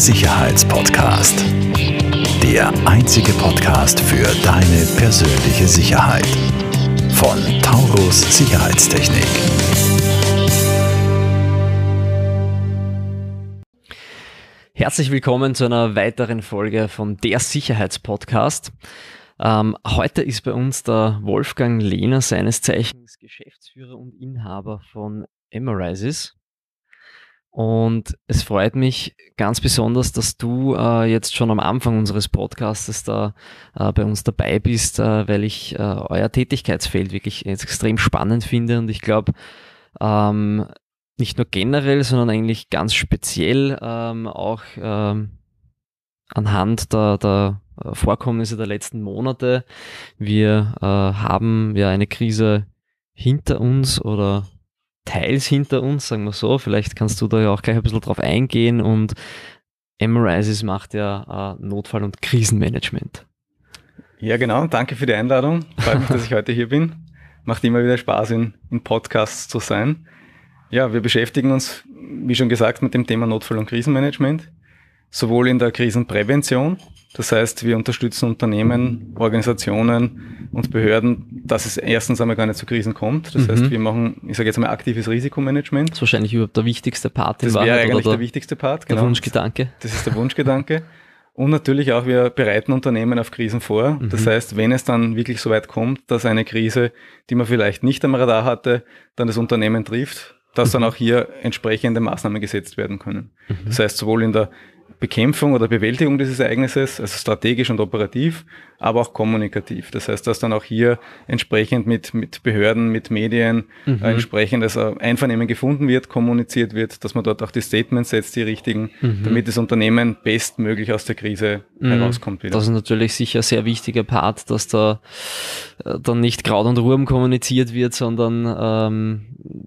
Sicherheitspodcast. Der einzige Podcast für deine persönliche Sicherheit. Von Taurus Sicherheitstechnik. Herzlich willkommen zu einer weiteren Folge von der Sicherheitspodcast. Heute ist bei uns der Wolfgang Lehner, seines Zeichens Geschäftsführer und Inhaber von Emarisys. Und es freut mich ganz besonders, dass du jetzt schon am Anfang unseres Podcasts da bei uns dabei bist, weil ich euer Tätigkeitsfeld wirklich extrem spannend finde und ich glaube, nicht nur generell, sondern eigentlich ganz speziell auch anhand der Vorkommnisse der letzten Monate. Wir haben ja eine Krise hinter uns oder teils hinter uns, sagen wir so. Vielleicht kannst du da ja auch gleich ein bisschen drauf eingehen und Emarisys macht ja Notfall- und Krisenmanagement. Ja, genau. Danke für die Einladung. Freut mich, dass ich heute hier bin. Macht immer wieder Spaß, in Podcasts zu sein. Ja, wir beschäftigen uns, wie schon gesagt, mit dem Thema Notfall- und Krisenmanagement, sowohl in der Krisenprävention, das heißt, wir unterstützen Unternehmen, Organisationen und Behörden, dass es erstens einmal gar nicht zu Krisen kommt. Das heißt, wir machen, ich sage jetzt mal, aktives Risikomanagement. Das ist wahrscheinlich überhaupt der wichtigste Part. Das wäre eigentlich der wichtigste Part, genau. Der Wunschgedanke. Das ist der Wunschgedanke. Und natürlich auch, wir bereiten Unternehmen auf Krisen vor. Das heißt, wenn es dann wirklich so weit kommt, dass eine Krise, die man vielleicht nicht am Radar hatte, dann das Unternehmen trifft, dass dann auch hier entsprechende Maßnahmen gesetzt werden können. Das heißt, sowohl in der Bekämpfung oder Bewältigung dieses Ereignisses, also strategisch und operativ, aber auch kommunikativ. Das heißt, dass dann auch hier entsprechend mit Behörden, mit Medien entsprechendes Einvernehmen gefunden wird, kommuniziert wird, dass man dort auch die Statements setzt, die richtigen, damit das Unternehmen bestmöglich aus der Krise herauskommt wieder. Das ist natürlich sicher ein sehr wichtiger Part, dass da dann nicht Kraut und Rüben kommuniziert wird, sondern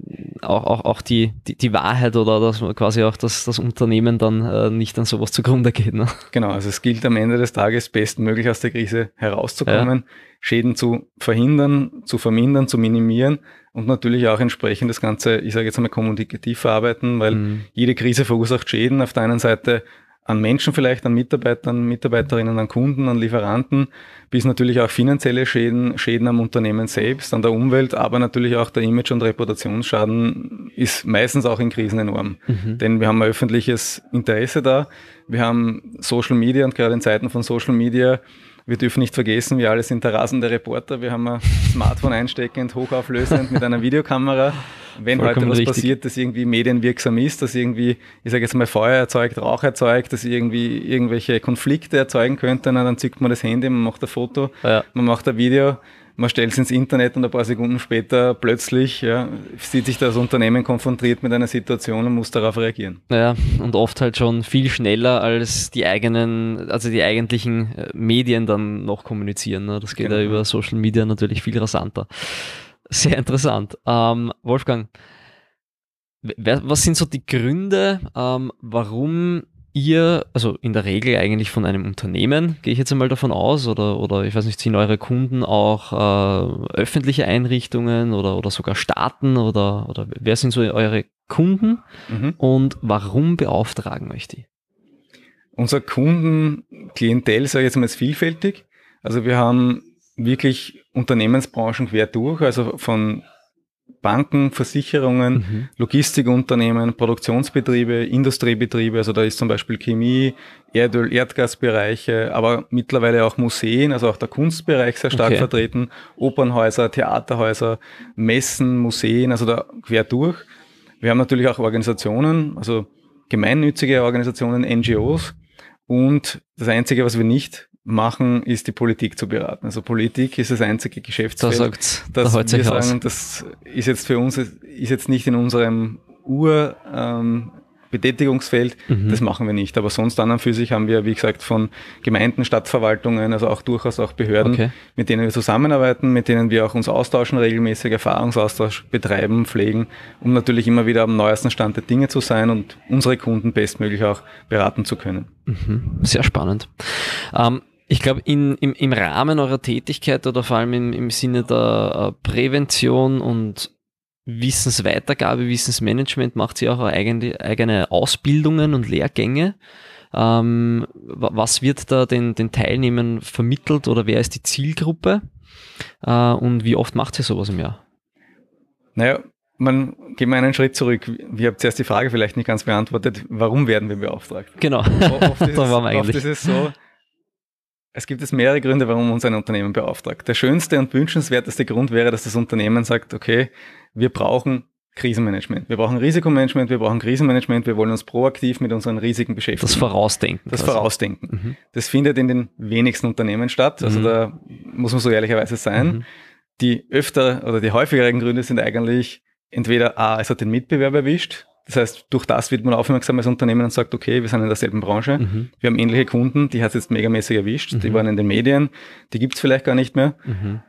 auch die Wahrheit oder dass man quasi auch das Unternehmen dann nicht an sowas zugrunde geht. Ne? Genau, also es gilt am Ende des Tages bestmöglich aus der Krise herauszukommen, Schäden zu verhindern, zu vermindern, zu minimieren und natürlich auch entsprechend das Ganze, ich sage jetzt einmal, kommunikativ verarbeiten, weil jede Krise verursacht Schäden. Auf der einen Seite an Menschen vielleicht, an Mitarbeitern, Mitarbeiterinnen, an Kunden, an Lieferanten, bis natürlich auch finanzielle Schäden am Unternehmen selbst, an der Umwelt, aber natürlich auch der Image- und Reputationsschaden ist meistens auch in Krisen enorm. Denn wir haben ein öffentliches Interesse da, wir haben Social Media und gerade in Zeiten von Social Media, wir dürfen nicht vergessen, wir alle sind da rasende Reporter, wir haben ein Smartphone einsteckend, hochauflösend mit einer Videokamera. Wenn Vollkommen heute was richtig passiert, das irgendwie medienwirksam ist, das irgendwie, ich sage jetzt mal, Feuer erzeugt, Rauch erzeugt, das irgendwie irgendwelche Konflikte erzeugen könnte, dann zückt man das Handy, man macht ein Foto, man macht ein Video, man stellt es ins Internet und ein paar Sekunden später plötzlich sieht sich das Unternehmen konfrontiert mit einer Situation und muss darauf reagieren. Ja, und oft halt schon viel schneller als die eigentlichen Medien dann noch kommunizieren. Ne? Das geht ja über Social Media natürlich viel rasanter. Sehr interessant. Wolfgang, was sind so die Gründe, warum ihr, also in der Regel eigentlich von einem Unternehmen, gehe ich jetzt einmal davon aus, oder ich weiß nicht, sind eure Kunden auch öffentliche Einrichtungen oder sogar Staaten oder wer sind so eure Kunden und warum beauftragen euch die? Unser Kundenklientel, sage ich jetzt mal, ist vielfältig. Also wir haben wirklich Unternehmensbranchen quer durch, also von Banken, Versicherungen, Logistikunternehmen, Produktionsbetriebe, Industriebetriebe, also da ist zum Beispiel Chemie, Erdöl, Erdgasbereiche, aber mittlerweile auch Museen, also auch der Kunstbereich sehr stark vertreten, Opernhäuser, Theaterhäuser, Messen, Museen, also da quer durch. Wir haben natürlich auch Organisationen, also gemeinnützige Organisationen, NGOs und das Einzige, was wir nicht machen, ist die Politik zu beraten. Also Politik ist das einzige Geschäftsfeld, dass wir sagen, das ist jetzt für uns, ist jetzt nicht in unserem Betätigungsfeld, das machen wir nicht. Aber sonst an und für sich haben wir, wie gesagt, von Gemeinden, Stadtverwaltungen, also auch durchaus auch Behörden, mit denen wir zusammenarbeiten, mit denen wir auch uns austauschen, regelmäßig Erfahrungsaustausch betreiben, pflegen, um natürlich immer wieder am neuesten Stand der Dinge zu sein und unsere Kunden bestmöglich auch beraten zu können. Sehr spannend. Ich glaube, im Rahmen eurer Tätigkeit oder vor allem im Sinne der Prävention und Wissensweitergabe, Wissensmanagement macht ihr auch eigene Ausbildungen und Lehrgänge. Was wird da den Teilnehmern vermittelt oder wer ist die Zielgruppe? Und wie oft macht ihr sowas im Jahr? Naja, gehen wir einen Schritt zurück. Wir haben zuerst die Frage vielleicht nicht ganz beantwortet. Warum werden wir beauftragt? Genau, Oft eigentlich. Ist es so, es gibt mehrere Gründe, warum uns ein Unternehmen beauftragt. Der schönste und wünschenswerteste Grund wäre, dass das Unternehmen sagt, okay, wir brauchen Krisenmanagement. Wir brauchen Risikomanagement, wir brauchen Krisenmanagement, wir wollen uns proaktiv mit unseren Risiken beschäftigen. Das Vorausdenken. Vorausdenken. Das findet in den wenigsten Unternehmen statt. Also da muss man so ehrlicherweise sein. Die häufigeren Gründe sind eigentlich entweder es hat den Mitbewerber erwischt. Das heißt, durch das wird man aufmerksam als Unternehmen und sagt, okay, wir sind in derselben Branche. Wir haben ähnliche Kunden, die hat es jetzt megamäßig erwischt. Die waren in den Medien, die gibt es vielleicht gar nicht mehr.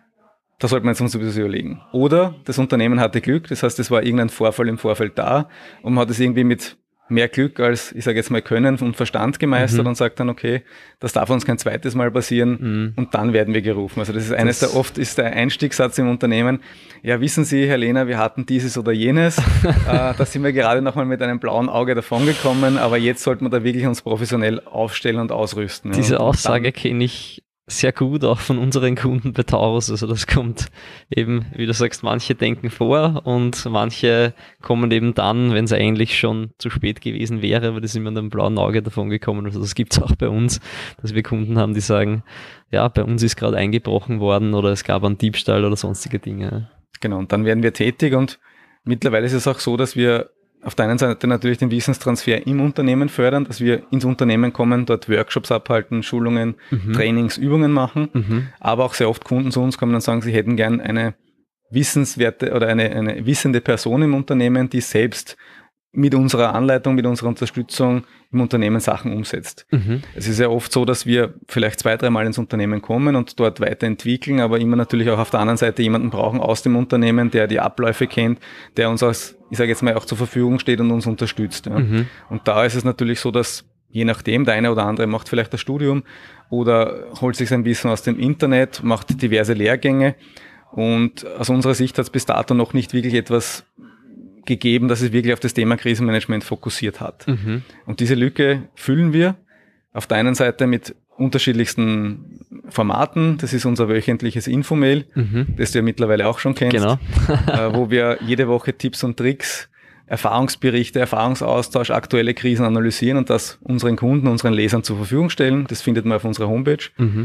Da sollte man jetzt uns sowieso überlegen. Oder das Unternehmen hatte Glück, das heißt, es war irgendein Vorfall im Vorfeld da und man hat es irgendwie mit mehr Glück als, ich sage jetzt mal, Können und Verstand gemeistert und sagt dann, okay, das darf uns kein zweites Mal passieren und dann werden wir gerufen. Also das ist oft ist der Einstiegssatz im Unternehmen, ja, wissen Sie, Herr Lehner, wir hatten dieses oder jenes, da sind wir gerade nochmal mit einem blauen Auge davongekommen, aber jetzt sollten wir da wirklich uns professionell aufstellen und ausrüsten. Diese Aussage kenne ich sehr gut, auch von unseren Kunden bei Taurus. Also das kommt eben, wie du sagst, manche denken vor und manche kommen eben dann, wenn es eigentlich schon zu spät gewesen wäre, aber die sind mit einem blauen Auge davon gekommen. Also das gibt es auch bei uns, dass wir Kunden haben, die sagen, ja, bei uns ist gerade eingebrochen worden oder es gab einen Diebstahl oder sonstige Dinge. Genau, und dann werden wir tätig und mittlerweile ist es auch so, dass wir auf der einen Seite natürlich den Wissenstransfer im Unternehmen fördern, dass wir ins Unternehmen kommen, dort Workshops abhalten, Schulungen, Trainings, Übungen machen, aber auch sehr oft Kunden zu uns kommen und sagen, sie hätten gern eine wissenswerte oder eine wissende Person im Unternehmen, die selbst mit unserer Anleitung, mit unserer Unterstützung im Unternehmen Sachen umsetzt. Es ist ja oft so, dass wir vielleicht 2-3 Mal ins Unternehmen kommen und dort weiterentwickeln, aber immer natürlich auch auf der anderen Seite jemanden brauchen aus dem Unternehmen, der die Abläufe kennt, der uns ich sage jetzt mal, auch zur Verfügung steht und uns unterstützt. Ja. Und da ist es natürlich so, dass je nachdem, der eine oder andere macht vielleicht das Studium oder holt sich sein Wissen aus dem Internet, macht diverse Lehrgänge und aus unserer Sicht hat es bis dato noch nicht wirklich etwas gegeben, dass es wirklich auf das Thema Krisenmanagement fokussiert hat. Und diese Lücke füllen wir auf der einen Seite mit unterschiedlichsten Formaten. Das ist unser wöchentliches Infomail, das du ja mittlerweile auch schon kennst, genau. Wo wir jede Woche Tipps und Tricks, Erfahrungsberichte, Erfahrungsaustausch, aktuelle Krisen analysieren und das unseren Kunden, unseren Lesern zur Verfügung stellen. Das findet man auf unserer Homepage.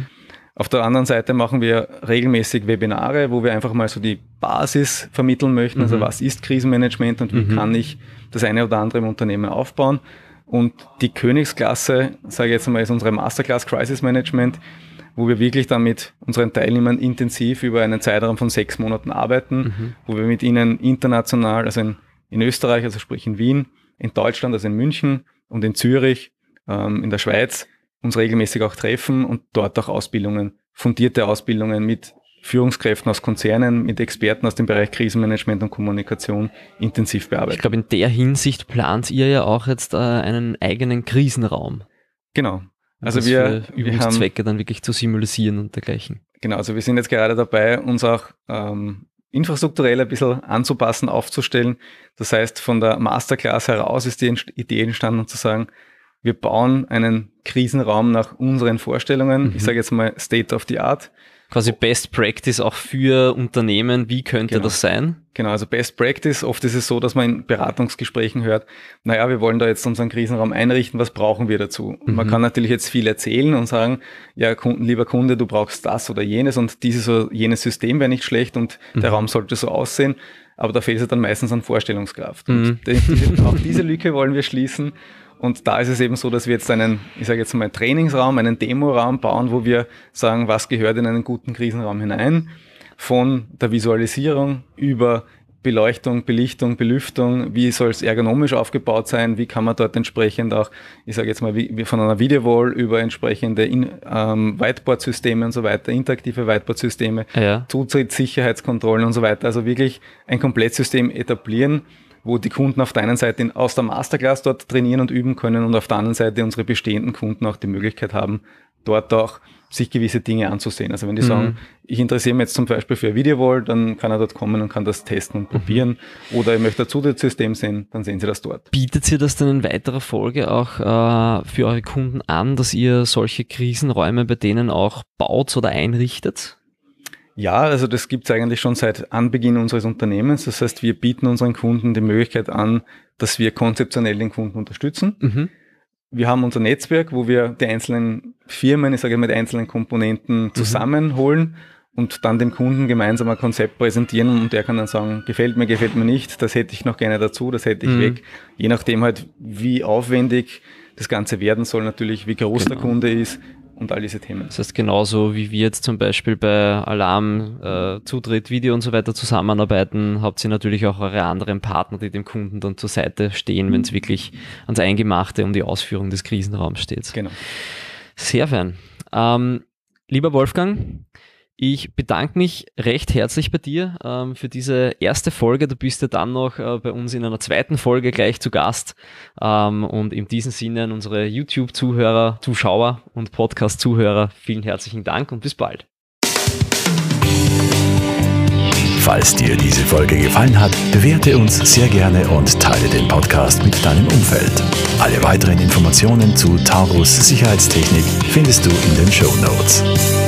Auf der anderen Seite machen wir regelmäßig Webinare, wo wir einfach mal so die Basis vermitteln möchten. Also was ist Krisenmanagement und wie kann ich das eine oder andere im Unternehmen aufbauen. Und die Königsklasse, sage ich jetzt mal, ist unsere Masterclass Crisis Management, wo wir wirklich dann mit unseren Teilnehmern intensiv über einen Zeitraum von 6 Monaten arbeiten, wo wir mit ihnen international, also in Österreich, also sprich in Wien, in Deutschland, also in München und in Zürich, in der Schweiz, uns regelmäßig auch treffen und dort auch fundierte Ausbildungen mit Führungskräften aus Konzernen, mit Experten aus dem Bereich Krisenmanagement und Kommunikation intensiv bearbeiten. Ich glaube, in der Hinsicht plant ihr ja auch jetzt einen eigenen Krisenraum. Genau. Also wir Übungszwecke dann wirklich zu simulieren und dergleichen. Genau, also wir sind jetzt gerade dabei, uns auch infrastrukturell ein bisschen anzupassen, aufzustellen. Das heißt, von der Masterclass heraus ist die Idee entstanden, zu sagen, wir bauen einen Krisenraum nach unseren Vorstellungen. Ich sage jetzt mal State of the Art. Quasi Best Practice auch für Unternehmen. Wie könnte das sein? Genau, also Best Practice. Oft ist es so, dass man in Beratungsgesprächen hört, naja, wir wollen da jetzt unseren Krisenraum einrichten. Was brauchen wir dazu? Man kann natürlich jetzt viel erzählen und sagen, ja, lieber Kunde, du brauchst das oder jenes und dieses oder jenes System wäre nicht schlecht und der Raum sollte so aussehen. Aber da fehlt es dann meistens an Vorstellungskraft. Und auch diese Lücke wollen wir schließen. Und da ist es eben so, dass wir jetzt ich sage jetzt mal, Trainingsraum, einen Demoraum bauen, wo wir sagen, was gehört in einen guten Krisenraum hinein, von der Visualisierung über Beleuchtung, Belichtung, Belüftung, wie soll es ergonomisch aufgebaut sein, wie kann man dort entsprechend auch, ich sage jetzt mal, wie von einer Videowall über entsprechende Whiteboard-Systeme und so weiter, interaktive Whiteboard-Systeme, Zutrittssicherheitskontrollen und so weiter, also wirklich ein Komplettsystem etablieren, wo die Kunden auf der einen Seite aus der Masterclass dort trainieren und üben können und auf der anderen Seite unsere bestehenden Kunden auch die Möglichkeit haben, dort auch sich gewisse Dinge anzusehen. Also wenn die sagen, ich interessiere mich jetzt zum Beispiel für eine Videowall, dann kann er dort kommen und kann das testen und probieren. Oder ich möchte ein Zusatzsystem sehen, dann sehen Sie das dort. Bietet ihr das dann in weiterer Folge auch für eure Kunden an, dass ihr solche Krisenräume bei denen auch baut oder einrichtet? Ja, also das gibt es eigentlich schon seit Anbeginn unseres Unternehmens. Das heißt, wir bieten unseren Kunden die Möglichkeit an, dass wir konzeptionell den Kunden unterstützen. Wir haben unser Netzwerk, wo wir die einzelnen Firmen, ich sage mal, die einzelnen Komponenten zusammenholen und dann dem Kunden gemeinsam ein Konzept präsentieren und der kann dann sagen, gefällt mir nicht, das hätte ich noch gerne dazu, das hätte ich weg. Je nachdem halt, wie aufwendig das Ganze werden soll, natürlich, wie groß der Kunde ist und all diese Themen. Das heißt, genauso wie wir jetzt zum Beispiel bei Alarm, Zutritt, Video und so weiter zusammenarbeiten, habt ihr natürlich auch eure anderen Partner, die dem Kunden dann zur Seite stehen, wenn es wirklich ans Eingemachte um die Ausführung des Krisenraums steht. Genau. Sehr fein. Lieber Wolfgang, ich bedanke mich recht herzlich bei dir für diese erste Folge. Du bist ja dann noch bei uns in einer zweiten Folge gleich zu Gast. Und in diesem Sinne an unsere YouTube-Zuhörer, Zuschauer und Podcast-Zuhörer vielen herzlichen Dank und bis bald. Falls dir diese Folge gefallen hat, bewerte uns sehr gerne und teile den Podcast mit deinem Umfeld. Alle weiteren Informationen zu Taurus Sicherheitstechnik findest du in den Shownotes.